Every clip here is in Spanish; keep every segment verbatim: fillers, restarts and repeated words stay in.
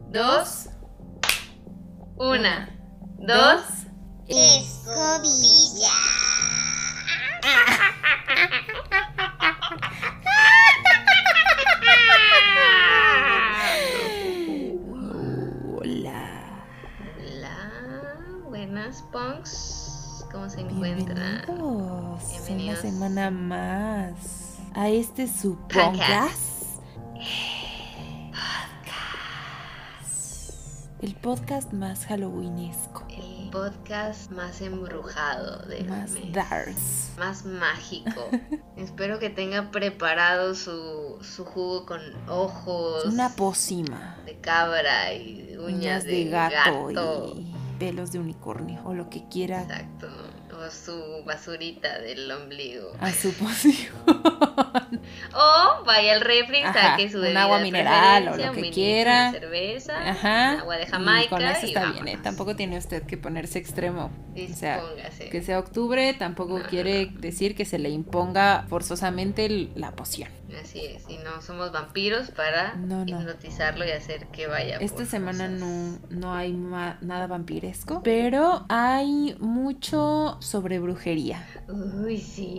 dos, una, dos. Escobilla. Hola. Hola, buenas punks. ¿Cómo se encuentran? Bienvenidos. Bienvenidos. Una semana más a este su Podcast. podcast. El podcast más halloweenesco, El podcast más embrujado del más mes. darks. Más mágico. Espero que tenga preparado su, su jugo con ojos Una pócima, de cabra y uñas, uñas de, de gato, gato. y pelos de unicornio o lo que quiera Exacto. O su basurita del ombligo. a su poción. O vaya al refri, Ajá, saque su un bebida agua de mineral o preferencia, lo un que vinito, quiera. una cerveza, Ajá. un agua de Jamaica Y con eso y está vámonos. bien, ¿eh? Tampoco tiene usted que ponerse extremo. O sea, Dispóngase. que sea octubre tampoco No, quiere no, no. decir que se le imponga forzosamente el- la poción. Así es, y no somos vampiros para No, no. hipnotizarlo y hacer que vaya Esta por semana cosas. no, no hay ma- nada vampiresco, pero hay mucho sobre brujería. Uy,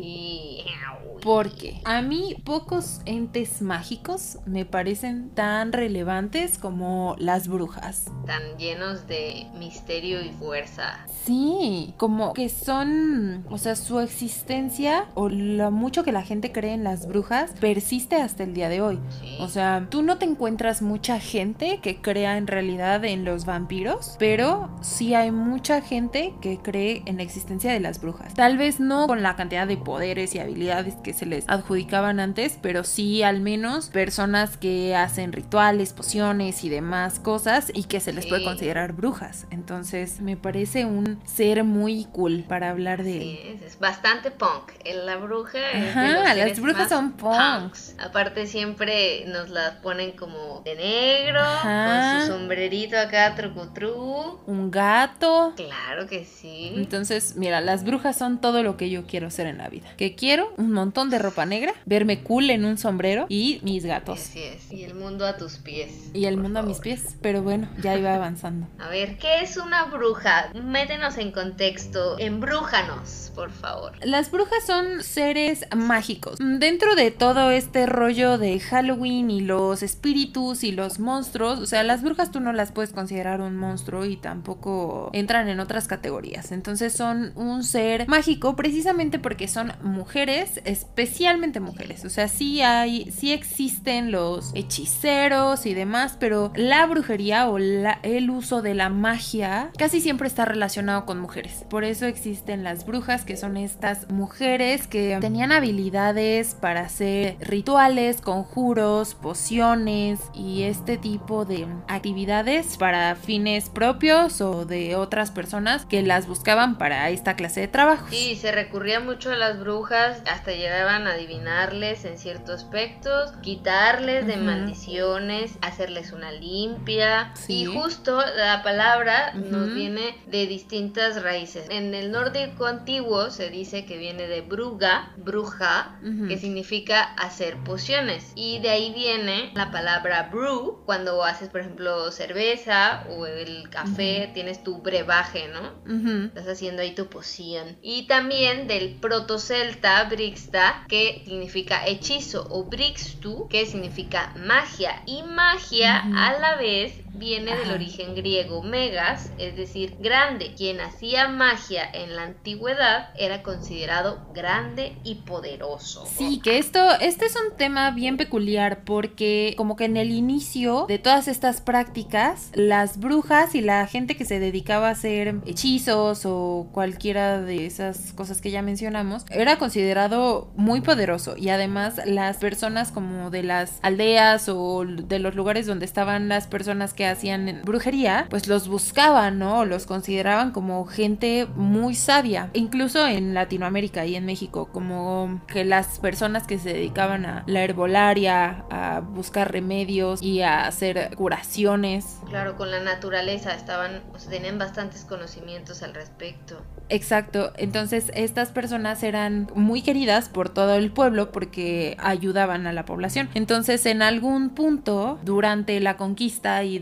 sí. Uy. Porque a mí pocos entes mágicos me parecen tan relevantes como las brujas. Tan llenos de misterio y fuerza. Sí, como que son, o sea, su existencia o lo mucho que la gente cree en las brujas persiste hasta el día de hoy. Sí. O sea, tú no te encuentras mucha gente que crea en realidad en los vampiros, pero sí hay mucha gente que cree en la existencia de las brujas. Tal vez no con la cantidad de poderes y habilidades que se les adjudicaban antes, pero sí al menos personas que hacen rituales, pociones y demás cosas y que se les Sí. puede considerar brujas. Entonces me parece un ser muy cool para hablar de Sí, él. es, es bastante punk. El- La bruja es Ajá, de los las seres brujas más son punks. Aparte siempre nos las ponen como de negro, Ajá. con su sombrerito acá trucutru. Un gato. Claro que sí. Entonces, mira, las brujas son todo lo que yo quiero ser en la vida. Que quiero un montón de ropa negra, verme cool en un sombrero y mis gatos. Así es. Y el mundo a tus pies. Y el por mundo a mis favor. pies. Pero bueno, ya iba avanzando. A ver, ¿qué es una bruja? Métenos en contexto. Embrújanos, por favor. Las brujas son seres mágicos. Dentro de todo este rollo de Halloween y los espíritus y los monstruos, o sea, las brujas tú no las puedes considerar un monstruo y tampoco entran en otras categorías. Entonces son un ser mágico precisamente porque son mujeres, especialmente mujeres. O sea, sí hay, sí existen los hechiceros y demás, pero la brujería o la, el uso de la magia casi siempre está relacionado con mujeres. Por eso existen las brujas, que son estas mujeres que tenían habilidades para hacer rituales, conjuros, pociones y este tipo de actividades para fines propios o de otras personas que las buscaban para esta clase de trabajos. Sí, se recurría mucho a las brujas, hasta llegaban a adivinarles en ciertos aspectos, quitarles de Ujú. maldiciones, hacerles una limpia. Sí. Y justo la palabra Ujú. nos viene de distintas raíces. En el nórdico antiguo se dice que viene de bruga, bruja, Ujú. que significa hacer pociones. Y de ahí viene la palabra brew, cuando haces, por ejemplo, cerveza o el café, Ujú. tienes tu brebaje, ¿no? Ujú. Estás haciendo ahí tu poción. Y también del protocelta brixta, que significa hechizo, o brixtu, que significa magia. Y magia Ujú. a la vez viene del Ajá. origen griego megas, es decir, grande. Quien hacía magia en la antigüedad era considerado grande y poderoso. Sí, que esto, este es un tema bien peculiar porque como que en el inicio de todas estas prácticas, las brujas y la gente que se dedicaba a hacer hechizos o cualquiera de esas cosas que ya mencionamos, era considerado muy poderoso y además las personas como de las aldeas o de los lugares donde estaban las personas que hacían brujería, pues los buscaban, ¿no? Los consideraban como gente muy sabia. Incluso en Latinoamérica y en México, como que las personas que se dedicaban a la herbolaria, a buscar remedios y a hacer curaciones. Claro, con la naturaleza estaban, o sea, tenían bastantes conocimientos al respecto. Exacto, entonces estas personas eran muy queridas por todo el pueblo porque ayudaban a la población. Entonces en algún punto durante la conquista y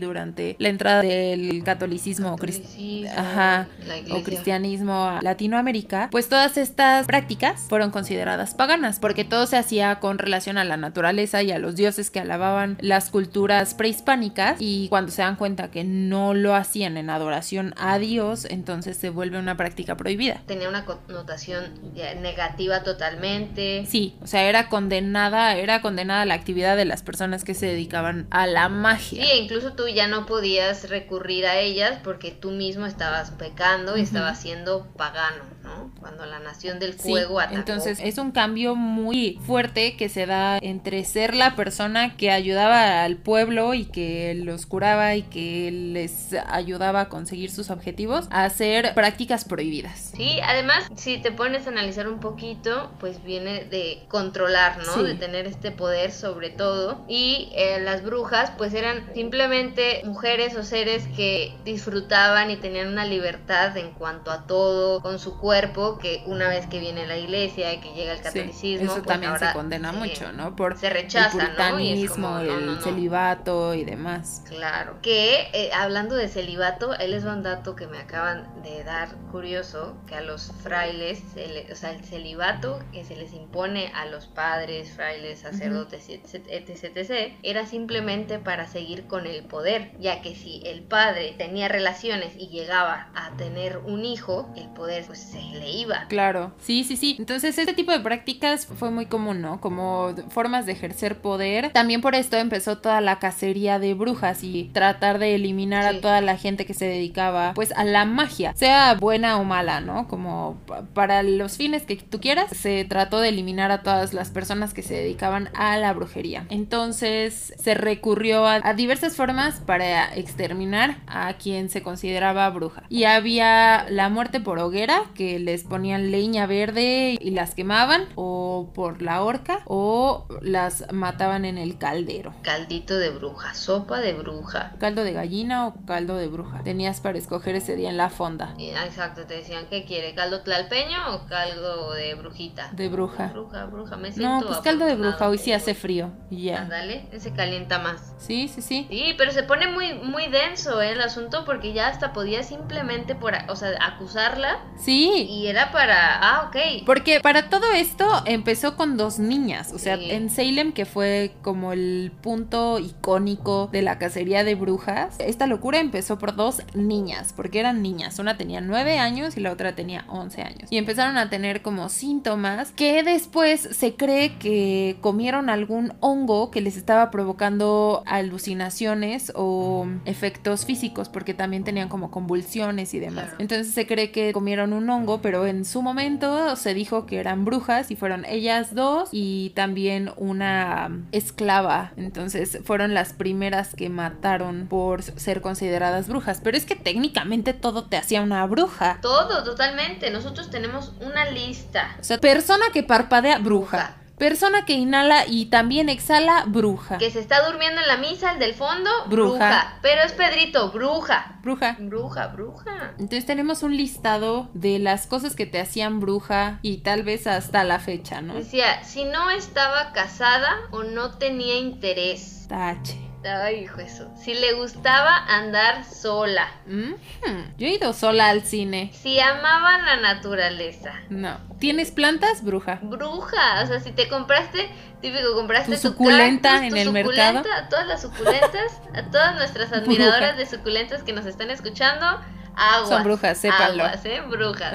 durante la entrada del catolicismo, Catolicismo, ajá, o cristianismo a Latinoamérica, pues todas estas prácticas fueron consideradas paganas, porque todo se hacía con relación a la naturaleza y a los dioses que alababan las culturas prehispánicas, y cuando se dan cuenta que no lo hacían en adoración a Dios, entonces se vuelve una práctica prohibida. Tenía una connotación negativa totalmente. Sí, o sea, era condenada, era condenada la actividad de las personas que se dedicaban a la magia. Sí, e incluso tú ya no podías recurrir a ellas porque tú mismo estabas pecando y uh-huh. estabas siendo pagano, ¿no? Cuando la nación del fuego sí, atacó. Entonces es un cambio muy fuerte que se da entre ser la persona que ayudaba al pueblo y que los curaba y que les ayudaba a conseguir sus objetivos, a hacer prácticas prohibidas. Sí, además, si te pones a analizar un poquito, pues viene de controlar, ¿no? Sí. De tener este poder sobre todo. Y eh, las brujas, pues eran simplemente mujeres o seres que disfrutaban y tenían una libertad en cuanto a todo con su cuerpo, que una vez que viene la iglesia y que llega el catolicismo, sí, eso pues también ahora se condena se, mucho, ¿no? Por se rechaza, el puritanismo, ¿no? Y es como, no, no, el no. celibato y demás. Claro. Que eh, hablando de celibato, ahí les va un dato que me acaban de dar curioso, que a los frailes, le, o sea, el celibato que se les impone a los padres, frailes, sacerdotes, uh-huh. etc, etc, etc, era simplemente para seguir con el poder, ya que si el padre tenía relaciones y llegaba a tener un hijo, el poder pues se le iba. Claro, sí, sí, sí. Entonces este tipo de prácticas fue muy común, ¿no? Como formas de ejercer poder. También por esto empezó toda la cacería de brujas y tratar de eliminar sí. a toda la gente que se dedicaba pues a la magia, sea buena o mala, ¿no? Como para los fines que tú quieras, se trató de eliminar a todas las personas que se dedicaban a la brujería. Entonces se recurrió a, a diversas formas para exterminar a quien se consideraba bruja. Y había la muerte por hoguera, que les ponían leña verde y las quemaban, o por la horca, o las mataban en el caldero. Caldito de bruja, sopa de bruja. Caldo de gallina o caldo de bruja. Tenías para escoger ese día en la fonda. Exacto, te decían, ¿qué quiere? ¿Caldo tlalpeño o caldo de brujita? De bruja. Bruja, bruja, me siento No, pues caldo de bruja, hoy sí hace frío. Y ya. Ándale, ese calienta más. Sí, sí, sí. Sí, pero se pone muy, muy denso ¿eh? el asunto, porque ya hasta podía simplemente, por, o sea, acusarla. Sí. Y era para, ah, ok. Porque para todo esto empezó con dos niñas. O sea, sí. en Salem, que fue como el punto icónico de la cacería de brujas, esta locura empezó por dos niñas, porque eran niñas. Una tenía nueve años y la otra tenía once años. Y empezaron a tener como síntomas que después se cree que comieron algún hongo que les estaba provocando alucinaciones o efectos físicos, porque también tenían como convulsiones y demás. Claro. Entonces se cree que comieron un hongo, pero en su momento se dijo que eran brujas y fueron ellas dos y también una esclava. Entonces fueron las primeras que mataron por ser consideradas brujas. Pero es que técnicamente todo te hacía una bruja. Todo, totalmente. Nosotros tenemos una lista. O sea, persona que parpadea, bruja. bruja. Persona que inhala y también exhala, bruja. Que se está durmiendo en la misa, el del fondo, bruja. bruja. Pero es Pedrito, bruja. Bruja. Bruja, bruja. Entonces tenemos un listado de las cosas que te hacían bruja y tal vez hasta la fecha, ¿no? Decía, si no estaba casada o no tenía interés. Tache. Ay, hijo eso. Si le gustaba andar sola. Mm-hmm. Yo he ido sola al cine. Si amaba la naturaleza. No. ¿Tienes plantas? Bruja. Bruja. O sea, si te compraste, típico, compraste tu suculenta tu cactus, en tu el suculenta, mercado. A todas las suculentas, a todas nuestras admiradoras bruja. De suculentas que nos están escuchando. Aguas, son brujas, sépanlo. Aguas, ¿eh? Brujas.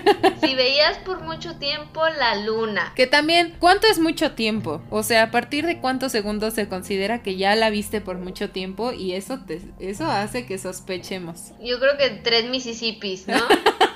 Si veías por mucho tiempo la luna. Que también, ¿cuánto es mucho tiempo? O sea, ¿a partir de cuántos segundos se considera que ya la viste por mucho tiempo? Y eso te, eso hace que sospechemos. Yo creo que tres Mississippis, ¿no?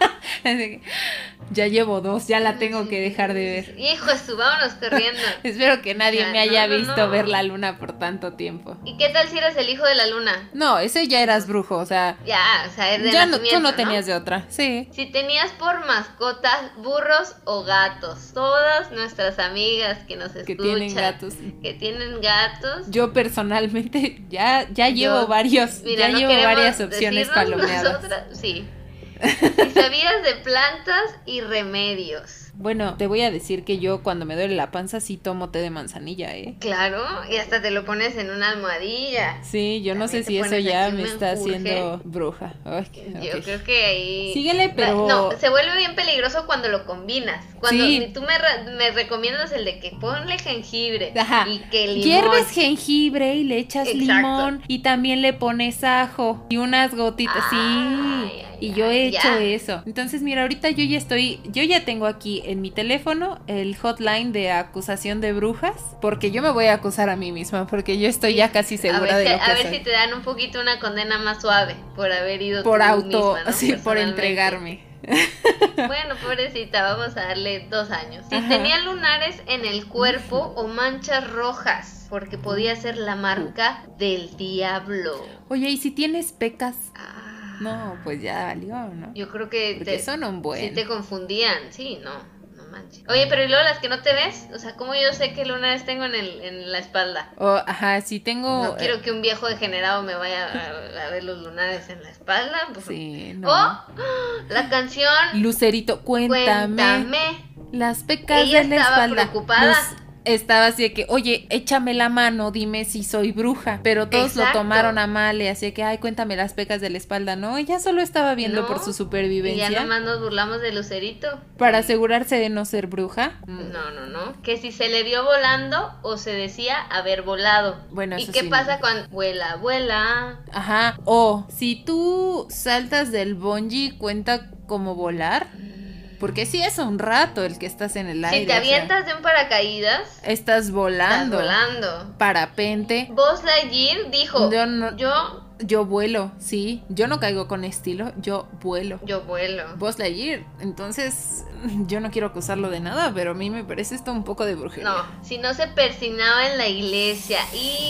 Ya llevo dos, ya la tengo que dejar de ver. Hijo de su, vámonos corriendo. Espero que nadie ya, me haya no, no, visto no. ver la luna por tanto tiempo. ¿Y qué tal si eras el hijo de la luna? No, ese ya eras brujo, o sea. Ya, o sea, es de ya no, nacimiento, tú no tenías ¿no? de otra, sí. Si tenías por mascotas burros o gatos, todas nuestras amigas que nos escuchan, que tienen gatos, que tienen gatos. Yo personalmente ya, ya llevo Yo, varios, mira, ya no llevo varias opciones palomeadas. Sí. Si sabías de plantas y remedios. Bueno, te voy a decir que yo cuando me duele la panza sí tomo té de manzanilla, ¿eh? Claro, y hasta te lo pones en una almohadilla. Sí, yo no sé si eso ya me está haciendo bruja. Ay, okay. Yo creo que ahí... Síguele, pero... No, se vuelve bien peligroso cuando lo combinas. Cuando sí. tú me, re me recomiendas el de que ponle jengibre. Ajá. Y que limón. Hierves jengibre y le echas Exacto. limón y también le pones ajo y unas gotitas, ay, sí. Ay, y yo he ya. hecho eso. Entonces, mira, ahorita yo ya estoy, yo ya tengo aquí en mi teléfono el hotline de acusación de brujas, porque yo me voy a acusar a mí misma, porque yo estoy ya casi segura de si, lo que A ver soy. si te dan un poquito una condena más suave por haber ido por tú auto, misma, ¿no? sí, por entregarme. Bueno, pobrecita, vamos a darle dos años. Si Ajá. tenía lunares en el cuerpo o manchas rojas, porque podía ser la marca del diablo. Oye, ¿y si tienes pecas? Ah, no, pues ya valió, ¿no? Yo creo que porque te, son un buen. sí te confundían, sí, no. Manches. Oye, pero ¿y luego las que no te ves? O sea, ¿cómo yo sé qué lunares tengo en, el, en la espalda? Oh, ajá, si tengo... No quiero que un viejo degenerado me vaya a, a ver los lunares en la espalda. Pues. Sí, no. ¡Oh! La canción... Lucerito, cuéntame. Cuéntame. Las pecas Ella de la estaba espalda. preocupada. Luz, estaba así de que, oye, échame la mano, dime si soy bruja. Pero todos Exacto. lo tomaron a mal y así de que, ay, cuéntame las pecas de la espalda. No, ella solo estaba viendo no, por su supervivencia. Y ya nomás nos burlamos de Lucerito. Para asegurarse de no ser bruja. Mm. No, no, no. Que si se le vio volando o se decía haber volado. Bueno, ¿Y eso qué sí, pasa no. cuando vuela, vuela? Ajá. O si tú saltas del bungee, ¿cuenta como volar? Porque sí es un rato el que estás en el aire. Si te avientas o sea, de un paracaídas, estás volando. Estás volando. Parapente. Buzz Lightyear dijo, yo, no, yo... Yo vuelo, sí. Yo no caigo con estilo, yo vuelo. Yo vuelo. Buzz Lightyear. Entonces, yo no quiero acusarlo de nada, pero a mí me parece esto un poco de brujería. No, si no se persinaba en la iglesia.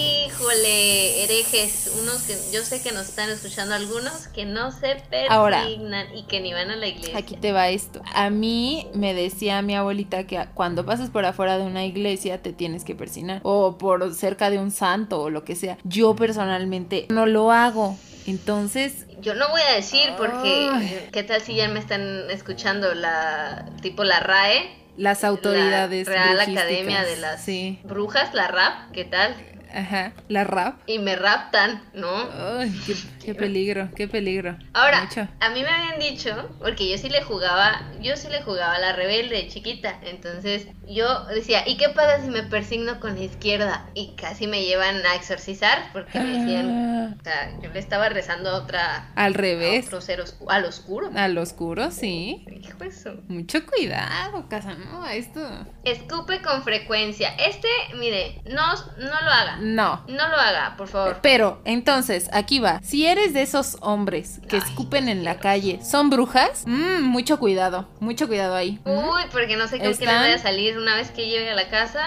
Híjole, herejes. Unos que yo sé que nos están escuchando, algunos que no se persignan. Ahora, y que ni van a la iglesia. Aquí te va esto. A mí me decía mi abuelita que cuando pasas por afuera de una iglesia te tienes que persignar. O por cerca de un santo o lo que sea. Yo personalmente no lo hago. Entonces... Yo no voy a decir porque... Ay. ¿Qué tal si ya me están escuchando la... tipo la R A E? Las autoridades la Real Academia de las sí. Brujas, la R A P, ¿qué tal? Ajá, la rap. Y me raptan, ¿no? Ay, qué, qué peligro, qué peligro. Ahora, Mucho. A mí me habían dicho, porque yo sí le jugaba, yo sí le jugaba a la rebelde chiquita, entonces yo decía, ¿y qué pasa si me persigno con la izquierda? Y casi me llevan a exorcizar, porque me decían, Ah. o sea, yo le estaba rezando a otra... Al revés. A otro ser oscu- al oscuro. Al oscuro, sí. Hijo eso. Mucho cuidado, Casanova, esto. Escupe con frecuencia. Este, mire, no, no lo haga. No. No lo haga, por favor. Pero, entonces, aquí va. Si eres de esos hombres que Ay, escupen en la calle, ¿son brujas? Mmm, mucho cuidado, mucho cuidado ahí. Uy, porque no sé con qué le ¿Están? voy a salir una vez que llegue a la casa,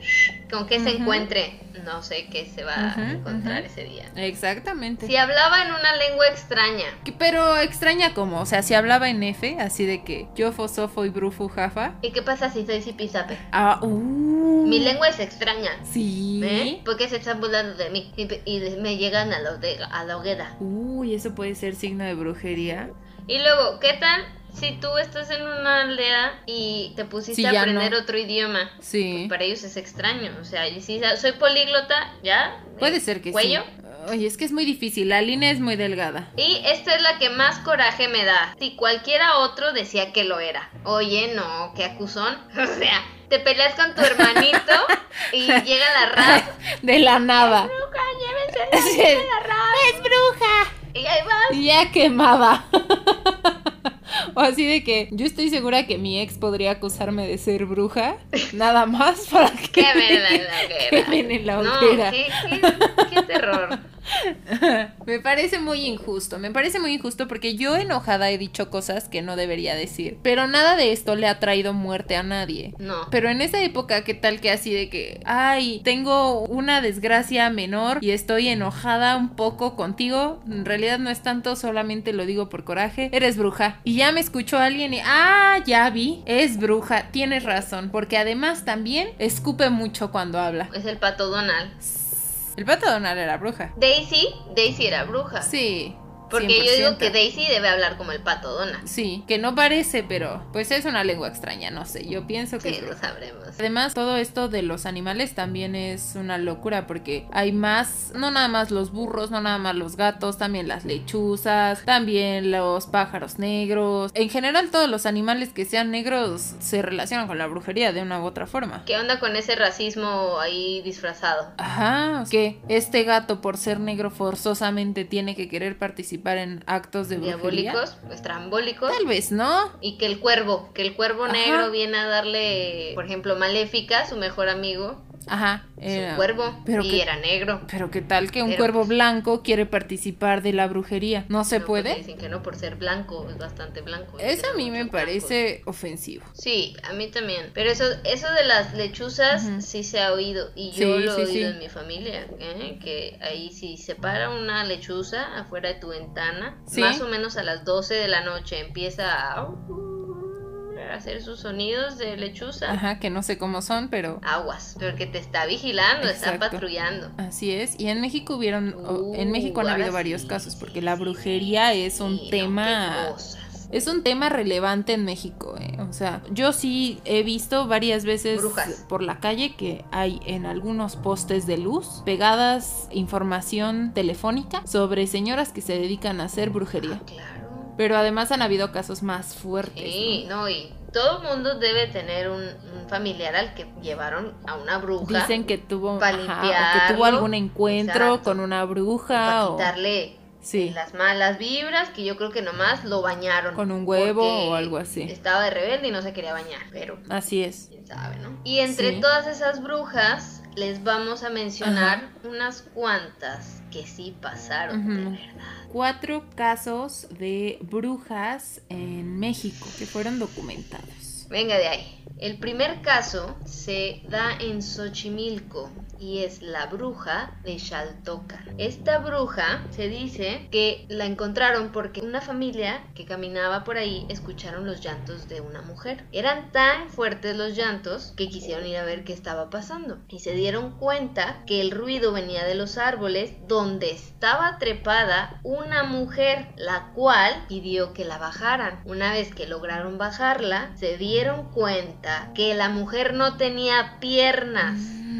con qué se Ujú. encuentre. No sé qué se va Ujú, a encontrar ujú. ese día. Exactamente. Si hablaba en una lengua extraña. Que- Pero extraña como, o sea, si hablaba en F, así de que yo, fosofo y brufu, jafa. ¿Y qué pasa si soy zipizape? Ah, uh. Mi lengua es extraña. Sí. ¿Eh? ¿Por qué se están burlando de mí? Y, y me llegan a, lo de, a la hoguera. Uy, eso puede ser signo de brujería. Y luego, ¿qué tal si tú estás en una aldea y te pusiste Sí, a ya aprender no. otro idioma? Sí. Para ellos es extraño. O sea, y si soy políglota, ¿ya? Puede ¿El ser que cuello? sí. Oye, es que es muy difícil, la línea es muy delgada. Y esta es la que más coraje me da. Si cualquiera otro decía que lo era. Oye, no, qué acusón. O sea, te peleas con tu hermanito y llega la rap. De la nada. Bruja, llévense Sí. de la rap. ¡Es bruja! Y ahí vas. Ya quemada. O así de que yo estoy segura que mi ex podría acusarme de ser bruja. Nada más para que Quemen en la hoguera. quemen en la No, hoguera. qué, qué, qué terror. Me parece muy injusto, me parece muy injusto porque yo enojada he dicho cosas que no debería decir, pero nada de esto le ha traído muerte a nadie. No. Pero en esa época, ¿qué tal que así de que, ay, tengo una desgracia menor y estoy enojada un poco contigo? En realidad no es tanto, solamente lo digo por coraje. Eres bruja. Y ya me escuchó alguien y, ah, ya vi, es bruja, tienes razón, porque además también escupe mucho cuando habla. Es el pato Donald. El pato Donald era bruja. Daisy, Daisy era bruja. Sí. Porque cien por yo digo ciento. que Daisy debe hablar como el pato Donald. Sí, que no parece, pero pues es una lengua extraña, no sé, yo pienso que Sí, es lo bruja. sabremos. Además, todo esto de los animales también es una locura porque hay más, no nada más los burros, no nada más los gatos, también las lechuzas, también los pájaros negros. En general, todos los animales que sean negros se relacionan con la brujería de una u otra forma. ¿Qué onda con ese racismo ahí disfrazado? Ajá, que este gato por ser negro forzosamente tiene que querer participar en actos de brujería. Diabólicos, estrambólicos. Tal vez, ¿no? Y que el cuervo, que el cuervo Ajá. negro viene a darle, por ejemplo, Maléfica, su mejor amigo, Ajá, su era- cuervo, pero y que- era negro. Pero qué tal que un Pero, cuervo pues, blanco quiere participar de la brujería. ¿No se no, porque puede? dicen que no por ser blanco, es bastante blanco. Eso a mí me Muchos parece ofensivo. blancos. Sí, a mí también. Pero eso, eso de las lechuzas Ujú. sí se ha oído. Y Sí, yo lo he sí, oído sí. en mi familia. ¿eh? Que ahí si se para una lechuza afuera de tu ventana, Sí. más o menos a las doce de la noche empieza a hacer sus sonidos de lechuza. Ajá, que no sé cómo son, pero Aguas, porque te está vigilando, está Exacto. patrullando. así es. Y en México hubieron, o- Uh, en México han ahora habido varios sí, casos, sí, porque sí, la brujería es un Sí, no, tema... qué cosas. Es un tema relevante en México, ¿eh? O sea, yo sí he visto varias veces Brujas. por la calle que hay en algunos postes de luz pegadas información telefónica sobre señoras que se dedican a hacer brujería. Ah, claro. Pero además han habido casos más fuertes, Sí, ¿no? no, y todo mundo debe tener un, un familiar al que llevaron a una bruja. Dicen que tuvo, pa' ajá, o que limpiarlo. tuvo algún encuentro Exacto. con una bruja para o quitarle sí, las malas vibras, que yo creo que nomás lo bañaron. con un huevo porque o algo así. Estaba de rebelde y no se quería bañar, pero Así es. quién sabe, ¿no? Y entre Sí. todas esas brujas, les vamos a mencionar unas cuantas que sí pasaron de Ujú. verdad. Cuatro casos de brujas en México que fueron documentados. Venga de ahí. El primer caso se da en Xochimilco y es la bruja de Xaltoca. Esta bruja se dice que la encontraron porque una familia que caminaba por ahí escucharon los llantos de una mujer. Eran tan fuertes los llantos que quisieron ir a ver qué estaba pasando y se dieron cuenta que el ruido venía de los árboles donde estaba trepada una mujer, la cual pidió que la bajaran. Una vez que lograron bajarla, se dieron cuenta que la mujer no tenía piernas.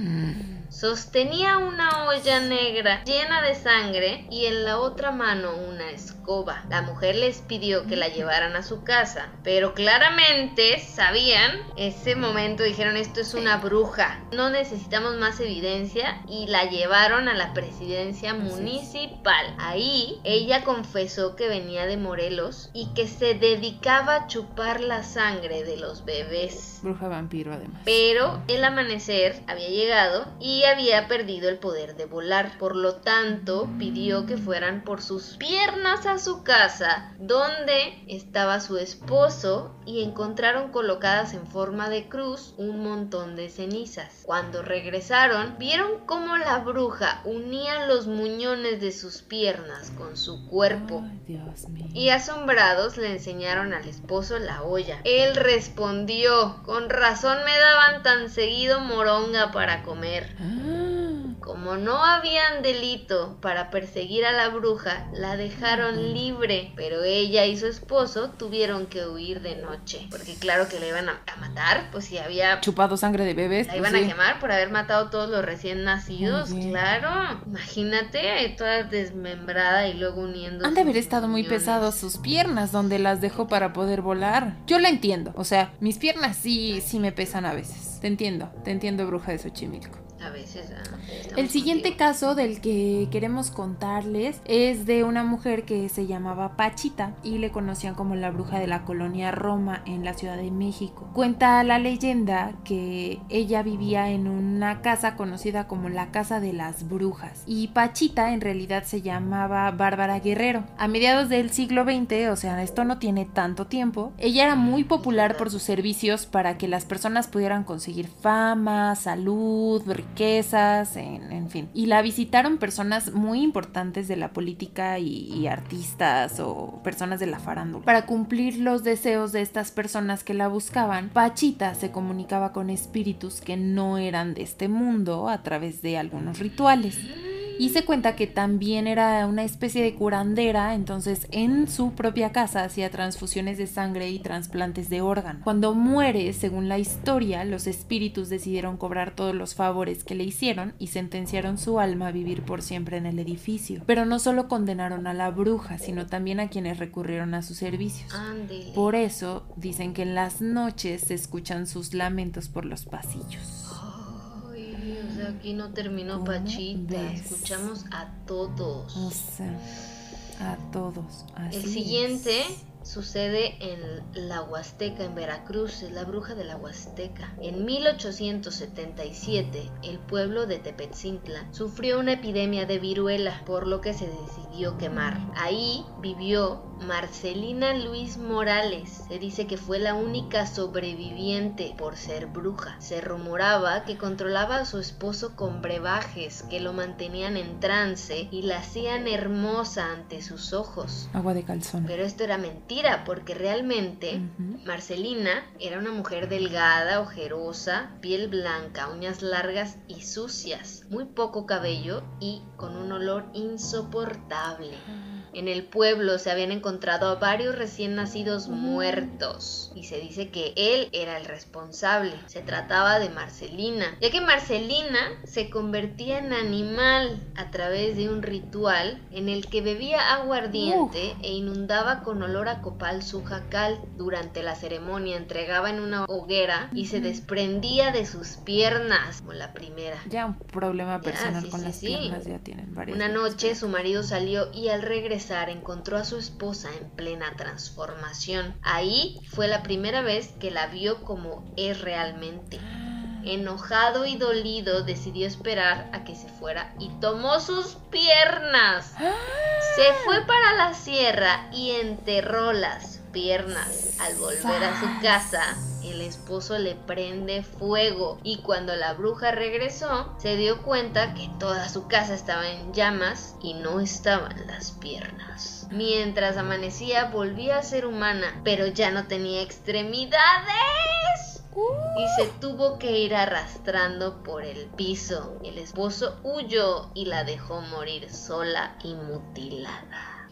Sostenía una olla negra llena de sangre y en la otra mano una escoba. La mujer les pidió que la llevaran a su casa, pero claramente sabían, ese momento dijeron esto es una bruja, no necesitamos más evidencia y la llevaron a la presidencia municipal. Ahí ella confesó que venía de Morelos y que se dedicaba a chupar la sangre de los bebés. Bruja vampiro además. Pero el amanecer había llegado y había perdido el poder de volar. Por lo tanto, pidió que fueran por sus piernas a su casa, donde estaba su esposo, y encontraron colocadas en forma de cruz un montón de cenizas. Cuando regresaron, vieron cómo la bruja unía los muñones de sus piernas con su cuerpo. Ay, Dios mío. Y asombrados le enseñaron al esposo la olla. Él respondió, con razón me daban tan seguido moronga para comer. Ah, Como no habían delito para perseguir a la bruja, la dejaron libre, pero ella y su esposo tuvieron que huir de noche, porque claro que la iban a, a matar, pues si había... chupado sangre de bebés. La pues iban sí. a quemar por haber matado a todos los recién nacidos, Muy bien. claro. Imagínate, toda desmembrada y luego uniendo... Han de haber sus estado muy muñones. pesados sus piernas donde las dejó para poder volar. Yo la entiendo, o sea, mis piernas sí, sí me pesan a veces. Te entiendo, te entiendo, bruja de Xochimilco. A veces. Ah, estamos El siguiente contigo. caso del que queremos contarles es de una mujer que se llamaba Pachita y le conocían como la bruja de la colonia Roma en la Ciudad de México. Cuenta la leyenda que ella vivía en una casa conocida como la Casa de las Brujas y Pachita en realidad se llamaba Bárbara Guerrero. A mediados del siglo veinte, o sea, esto no tiene tanto tiempo, ella era muy popular por sus servicios para que las personas pudieran conseguir fama, salud, riquezas, en, en fin. Y la visitaron personas muy importantes de la política y, y artistas o personas de la farándula. Para cumplir los deseos de estas personas que la buscaban, Pachita se comunicaba con espíritus que no eran de este mundo a través de algunos rituales. Y se cuenta que también era una especie de curandera, entonces en su propia casa hacía transfusiones de sangre y trasplantes de órganos. Cuando muere, según la historia, los espíritus decidieron cobrar todos los favores que le hicieron y sentenciaron su alma a vivir por siempre en el edificio. Pero no solo condenaron a la bruja, sino también a quienes recurrieron a sus servicios. Ándele. Por eso dicen que en las noches se escuchan sus lamentos por los pasillos. Ay, o sea, aquí no terminó Pachita. ves? Escuchamos a todos. O sea, a todos. Así El siguiente es. sucede en la Huasteca, en Veracruz, es la bruja de la Huasteca. En mil ochocientos setenta y siete, el pueblo de Tepetzintla sufrió una epidemia de viruela, por lo que se decidió quemar. Ahí vivió Marcelina Luis Morales. Se dice que fue la única sobreviviente por ser bruja. Se rumoraba que controlaba a su esposo con brebajes que lo mantenían en trance y la hacían hermosa ante sus ojos. Agua de calzón. Pero esto era mentira, porque realmente Ujú. Marcelina era una mujer delgada, ojerosa, piel blanca, uñas largas y sucias, muy poco cabello y con un olor insoportable. En el pueblo se habían encontrado a varios recién nacidos muertos y se dice que él era el responsable. Se trataba de Marcelina, ya que Marcelina se convertía en animal a través de un ritual en el que bebía aguardiente Uf. e inundaba con olor a copal su jacal. Durante la ceremonia entregaba en una hoguera y se desprendía de sus piernas, como la primera. Ya un problema Ya, personal sí, con sí, las sí. piernas ya tienen varias. Una veces. noche su marido salió y al regresar encontró a su esposa en plena transformación. Ahí fue la primera vez que la vio como es realmente. Enojado y dolido, decidió esperar a que se fuera y tomó sus piernas. Se fue para la sierra y enterró las piernas. Al volver a su casa, el esposo le prende fuego y cuando la bruja regresó, se dio cuenta que toda su casa estaba en llamas y no estaban las piernas. Mientras amanecía, volvía a ser humana, pero ya no tenía extremidades. Y se tuvo que ir arrastrando por el piso. El esposo huyó y la dejó morir sola y mutilada.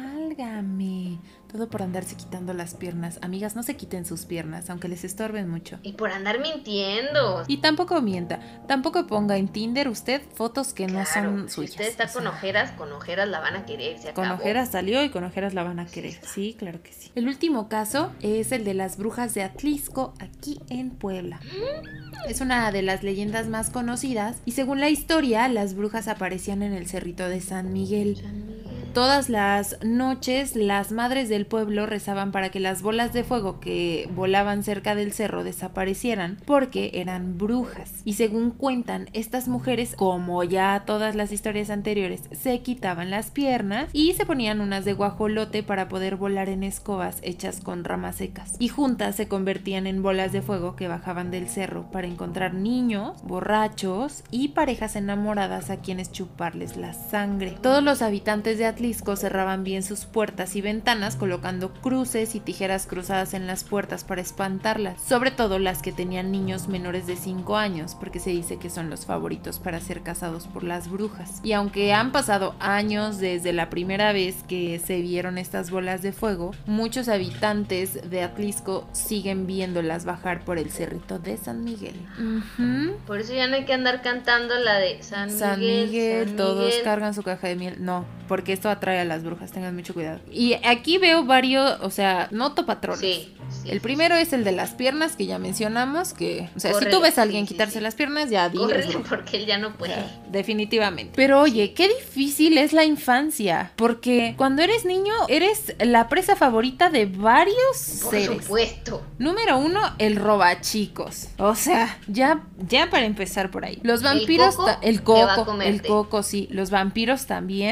Válgame. Todo por andarse quitando las piernas. Amigas, no se quiten sus piernas, aunque les estorben mucho. Y por andar mintiendo. Y tampoco mienta. Tampoco ponga en Tinder usted fotos que no Claro, son si suyas. usted está O con sea, ojeras, con ojeras la van a querer, se Con acabó. ojeras salió y con ojeras la van a querer. Sí, claro que sí. El último caso es el de las brujas de Atlisco, aquí en Puebla. Es una de las leyendas más conocidas y según la historia, las brujas aparecían en el cerrito de San Miguel. San Miguel. Todas las noches las madres del pueblo rezaban para que las bolas de fuego que volaban cerca del cerro desaparecieran porque eran brujas. Y según cuentan, estas mujeres, como ya todas las historias anteriores, se quitaban las piernas y se ponían unas de guajolote para poder volar en escobas hechas con ramas secas. Y juntas se convertían en bolas de fuego que bajaban del cerro para encontrar niños, borrachos y parejas enamoradas a quienes chuparles la sangre. Todos los habitantes de Atlisco cerraban bien sus puertas y ventanas colocando cruces y tijeras cruzadas en las puertas para espantarlas, sobre todo las que tenían niños menores de cinco años, porque se dice que son los favoritos para ser cazados por las brujas. Y aunque han pasado años desde la primera vez que se vieron estas bolas de fuego, muchos habitantes de Atlisco siguen viéndolas bajar por el cerrito de San Miguel. Uh-huh. Por eso ya no hay que andar cantando la de San Miguel. San Miguel, San todos Miguel. cargan su caja de miel. No, porque esto atrae a las brujas, tengan mucho cuidado. Y aquí veo varios, o sea, noto patrones. Sí, sí, El sí, primero es el de las piernas, que ya mencionamos, que, o sea, Córrele, si tú ves a alguien sí, sí, quitarse sí. las piernas, ya diles. Córrele bruja. porque él ya no O puede. sea, definitivamente. Pero oye, qué difícil es la infancia, porque cuando eres niño eres la presa favorita de varios Por seres. supuesto. Número uno, el robachicos. O sea, ya, ya para empezar por ahí. Los vampiros, coco ta- el te va a coco, comerte. el coco, sí. Los vampiros también son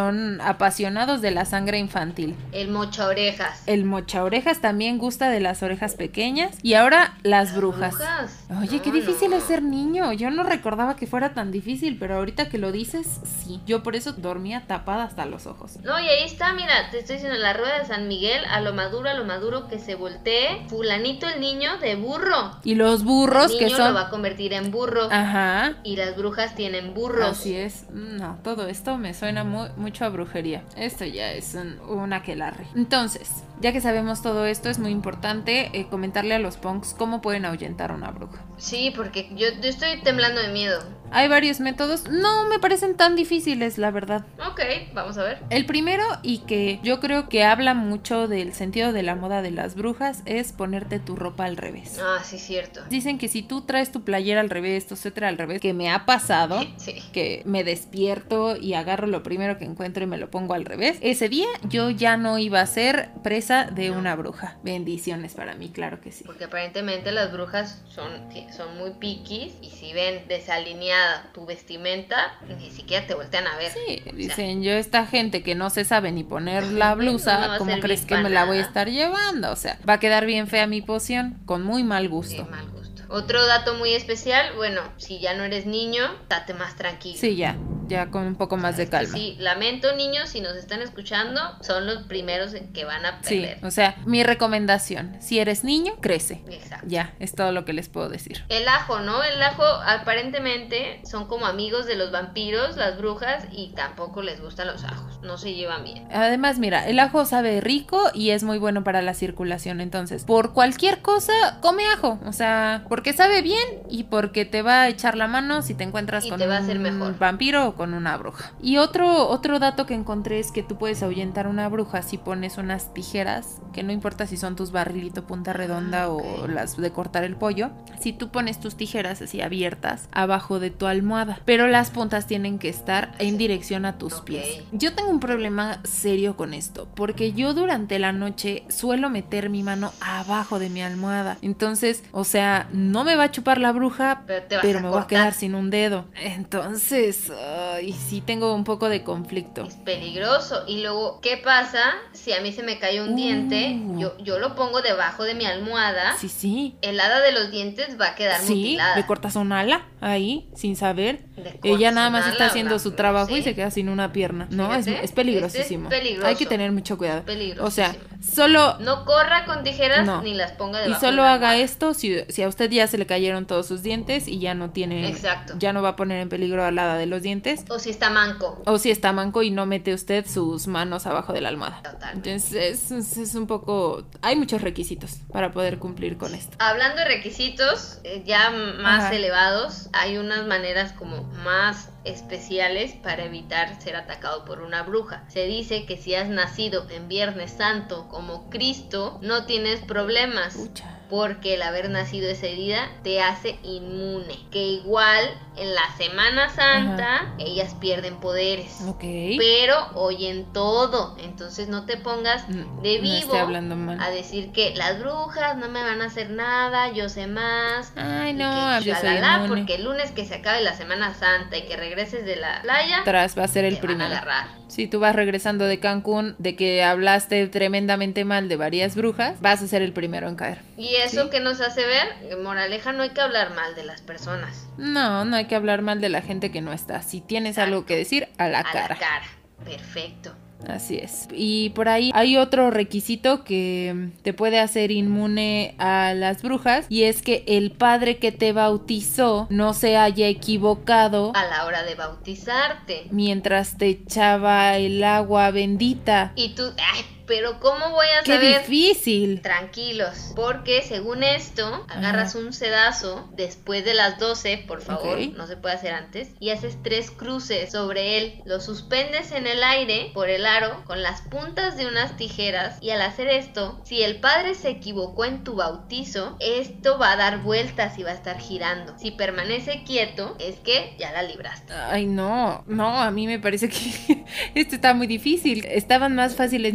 son apasionados de la sangre infantil. El mocha orejas. El mocha orejas también gusta de las orejas pequeñas. Y ahora las, Las brujas. brujas. Oye, No, qué difícil no. es ser niño. Yo no recordaba que fuera tan difícil, pero ahorita que lo dices, sí. Yo por eso dormía tapada hasta los ojos. No, y ahí está, mira, te estoy diciendo, la rueda de San Miguel, a lo maduro, a lo maduro que se voltee, fulanito el niño de burro. Y los burros El que niño son... lo va a convertir en burro. Ajá. Y las brujas tienen burros. Así es. No, todo esto me suena muy, mucho a brujería. Esto ya es un, un aquelarre. Entonces, ya que sabemos todo esto, es muy importante eh, comentarle a los punks cómo pueden ahuyentar a una bruja. Sí, porque yo, yo estoy temblando de miedo. Hay varios métodos, no me parecen tan difíciles, la verdad. Ok, vamos a ver. El primero, y que yo creo que habla mucho del sentido de la moda de las brujas, es ponerte tu ropa al revés. Ah, sí, cierto. Dicen que si tú traes tu playera al revés, tu suéter al revés, que me ha pasado, Sí. que me despierto y agarro lo primero que encuentro y me lo pongo al revés, ese día yo ya no iba a ser presa de No. una bruja. Bendiciones para mí, claro que sí. Porque aparentemente las brujas son, son muy piquis y si ven desalineada tu vestimenta, ni siquiera te voltean a ver. Sí, O sea, dicen, yo esta gente que no se sabe ni poner la no me blusa, va a ¿cómo servir crees que pa' me la voy a nada. estar llevando? O sea, va a quedar bien fea mi poción, con muy mal de gusto. mal gusto. Otro dato muy especial, bueno, si ya no eres niño, date más tranquilo. Sí, ya, ya con un poco más de Es que calma. sí, lamento niños, si nos están escuchando, son los primeros en que van a Sí, perder. o sea, mi recomendación, si eres niño, crece. Exacto. Ya, es todo lo que les puedo decir. El ajo, ¿no? El ajo aparentemente son como amigos de los vampiros, las brujas, y tampoco les gustan los ajos, no se llevan bien. Además, mira, el ajo sabe rico y es muy bueno para la circulación. Entonces, por cualquier cosa, come ajo. O sea, porque sabe bien y porque te va a echar la mano si te encuentras Y con te va a hacer un mejor. vampiro o con una bruja. Y otro, otro dato que encontré es que tú puedes ahuyentar una bruja si pones unas tijeras, que no importa si son tus barrilito punta redonda Ah, ok. o las de cortar el pollo. Si tú pones tus tijeras así abiertas abajo de tu almohada, pero las puntas tienen que estar en dirección a tus Ok. pies. Yo tengo un problema serio con esto, porque yo durante la noche suelo meter mi mano abajo de mi almohada. Entonces, o sea, no me va a chupar la bruja, Pero te vas pero a me voy a cortar. quedar sin un dedo. Entonces, ay, sí tengo un poco de conflicto. Es peligroso. Y luego, ¿qué pasa si a mí se me cae un Uh. diente? Yo, yo lo pongo debajo de mi almohada. Sí, sí. El hada de los dientes va a quedar Sí, mutilada. le cortas un ala ahí, sin saber. Le cortas Ella nada más un está ala, haciendo una- su trabajo y sí. se queda sin una pierna. No, es, Fíjate, es peligrosísimo. este es peligroso. Hay que tener mucho cuidado. Peligrosísimo. O sea, solo... No corra con tijeras No. ni las ponga Y debajo solo de la haga almohada. esto si, si a usted ya se le cayeron todos sus dientes y ya no tiene... Exacto. Ya no va a poner en peligro al hada de los dientes. O si está manco. O si está manco y no mete usted sus manos abajo de la almohada. Total. Entonces es, es- es un poco... Hay muchos requisitos para poder cumplir con esto. Hablando de requisitos eh, ya más Ajá. elevados, hay unas maneras como más especiales para evitar ser atacado por una bruja. Se dice que si has nacido en Viernes Santo como Cristo, no tienes problemas. Pucha. Porque el haber nacido ese día te hace inmune. Que igual en la Semana Santa ellas pierden poderes. Ok. Pero oyen todo. Entonces no te pongas Mm, de no vivo esté hablando mal. a decir que las brujas no me van a hacer nada, yo sé más. Ay, y no, que yo soy shalala, inmune. porque el lunes que se acabe la Semana Santa y que regreses de la playa, Tras va a ser el te van a primero. agarrar. Si tú vas regresando de Cancún, de que hablaste tremendamente mal de varias brujas, vas a ser el primero en caer. Y eso Sí. que nos hace ver, moraleja, no hay que hablar mal de las personas. No, no hay que hablar mal de la gente que no está. Si tienes Exacto. algo que decir, a la a cara. la cara. Perfecto. Así es. Y por ahí hay otro requisito que te puede hacer inmune a las brujas, y es que el padre que te bautizó no se haya equivocado A la hora de bautizarte. mientras te echaba el agua bendita. Y tú, ay, pero ¿cómo voy a ¡Qué saber? difícil! Tranquilos, porque según esto, agarras un sedazo después de las doce, por favor, Ok. no se puede hacer antes, y haces tres cruces sobre él, lo suspendes en el aire por el aro con las puntas de unas tijeras, y al hacer esto, si el padre se equivocó en tu bautizo, esto va a dar vueltas y va a estar girando. Si permanece quieto, es que ya la libraste. Ay, no, no, a mí me parece que esto está muy difícil. Estaban más fáciles mis prácticas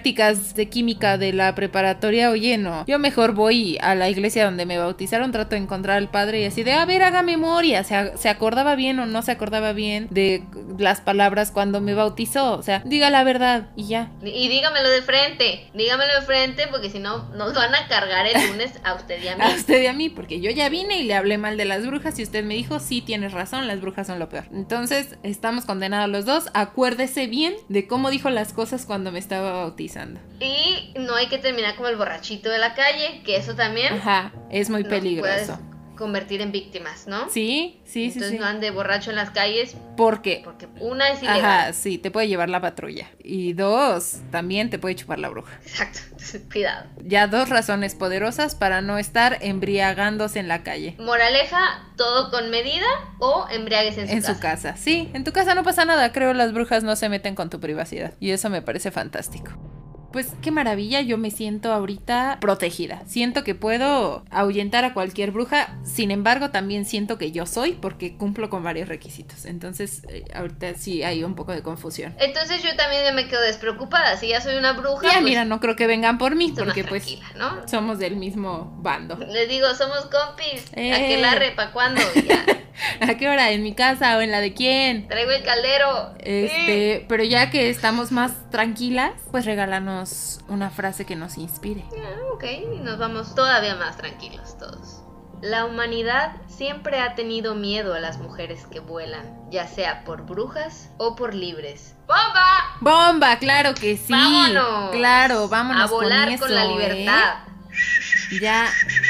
prácticas de química de la preparatoria, oye, no. Yo mejor voy a la iglesia donde me bautizaron, trato de encontrar al padre y así de, a ver, haga memoria. ¿Se, se acordaba bien o no se acordaba bien de las palabras cuando me bautizó? O sea, diga la verdad y ya. Y dígamelo de frente, dígamelo de frente porque si no nos van a cargar el lunes a usted y a mí. A usted y a mí, porque yo ya vine y le hablé mal de las brujas y usted me dijo, sí, tienes razón, las brujas son lo peor. Entonces, estamos condenados los dos. Acuérdese bien de cómo dijo las cosas cuando me estaba bautizando. Y no hay que terminar como el borrachito de la calle, que eso también... Ajá, es muy peligroso. Convertir en víctimas, ¿no? Sí, sí, Entonces, sí, sí. no ande borracho en las calles. ¿Por qué? Porque una es ilegal. Ajá, sí, te puede llevar la patrulla. Y dos, también te puede chupar la bruja. Exacto, entonces cuidado. Ya dos razones poderosas para no estar embriagándose en la calle. Moraleja, todo con medida o embriagues en su en casa. En su casa, sí. En tu casa no pasa nada, creo las brujas no se meten con tu privacidad. Y eso me parece fantástico. Pues qué maravilla, yo me siento ahorita protegida. Siento que puedo ahuyentar a cualquier bruja. Sin embargo, también siento que yo soy porque cumplo con varios requisitos. Entonces, eh, ahorita sí hay un poco de confusión. Entonces yo también ya me quedo despreocupada. Si ya soy una bruja, ya, pues, no creo que vengan por mí porque pues ¿no? somos del mismo bando. Les digo, somos compis. Eh. Aquelarre, ¿pa' cuándo? Ya. ¿A qué hora? ¿En mi casa o en la de quién? Traigo el caldero. Este, sí. Pero ya que estamos más tranquilas, pues regálanos una frase que nos inspire. Ah, ok, y nos vamos todavía más tranquilos todos. La humanidad siempre ha tenido miedo a las mujeres que vuelan, ya sea por brujas o por libres. ¡Bomba! ¡Bomba! Claro que sí. ¡Vámonos! Claro, vámonos a volar con, eso, con la libertad. ¿eh? Ya,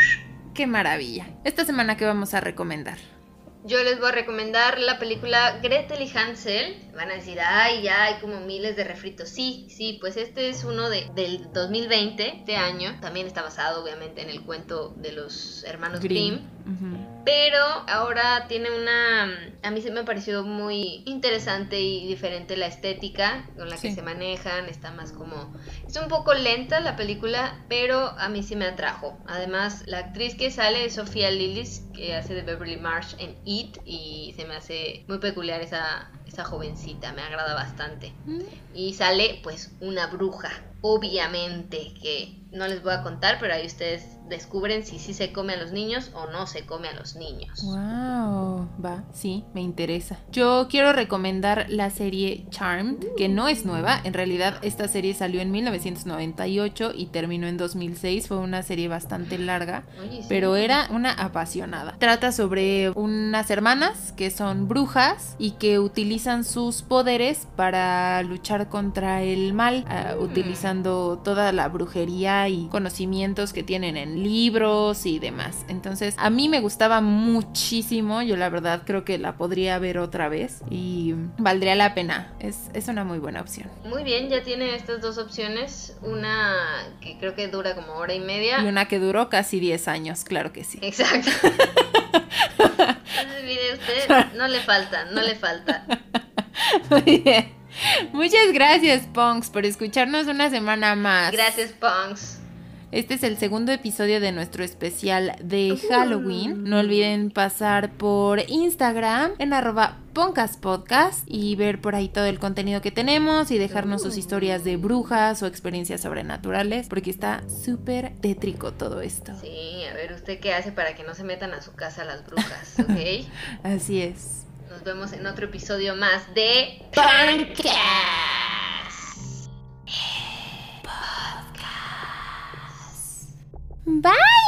qué maravilla. Esta semana, ¿qué vamos a recomendar? Yo les voy a recomendar la película Gretel y Hansel. Van a decir, ay, ya hay como miles de refritos. Sí, sí, pues este es uno de, del dos mil veinte, este año. También está basado, obviamente, en el cuento de los hermanos Grimm. Grimm. Uh-huh. Pero ahora tiene una... A mí se me pareció muy interesante y diferente la estética con la sí. que se manejan. Está más como... Es un poco lenta la película, pero a mí sí me atrajo. Además, la actriz que sale es Sofía Lillis, que hace de Beverly Marsh en It, y se me hace muy peculiar esa, esa jovencita, me agrada bastante. ¿Mm? Y sale pues una bruja, obviamente, que no les voy a contar, pero ahí ustedes descubren si sí se come a los niños o no se come a los niños. Wow, va, sí, me interesa. Yo quiero recomendar la serie Charmed, que no es nueva. En realidad esta serie salió en mil novecientos noventa y ocho y terminó en dos mil seis. Fue una serie bastante larga, Oye, sí. pero era una apasionada. Trata sobre unas hermanas que son brujas y que utilizan sus poderes para luchar contra el mal, uh, mm. utilizando toda la brujería y conocimientos que tienen en libros y demás. Entonces a mí me gustaba muchísimo. Yo la verdad creo que la podría ver otra vez y valdría la pena. Es, es una muy buena opción. Muy bien, ya tiene estas dos opciones. Una que creo que dura como hora y media y una que duró casi diez años, claro que sí. Exacto. Entonces mire usted, no le falta, no le falta. Muy bien. Muchas gracias, Punks, por escucharnos una semana más. Gracias, Punks. Este es el segundo episodio de nuestro especial de Halloween. No olviden pasar por Instagram en arroba punkaspodcast y ver por ahí todo el contenido que tenemos y dejarnos sus historias de brujas o experiencias sobrenaturales, porque está súper tétrico todo esto. Sí, a ver usted qué hace para que no se metan a su casa las brujas, ¿ok? Así es. Nos vemos en otro episodio más de Podcast. Bye.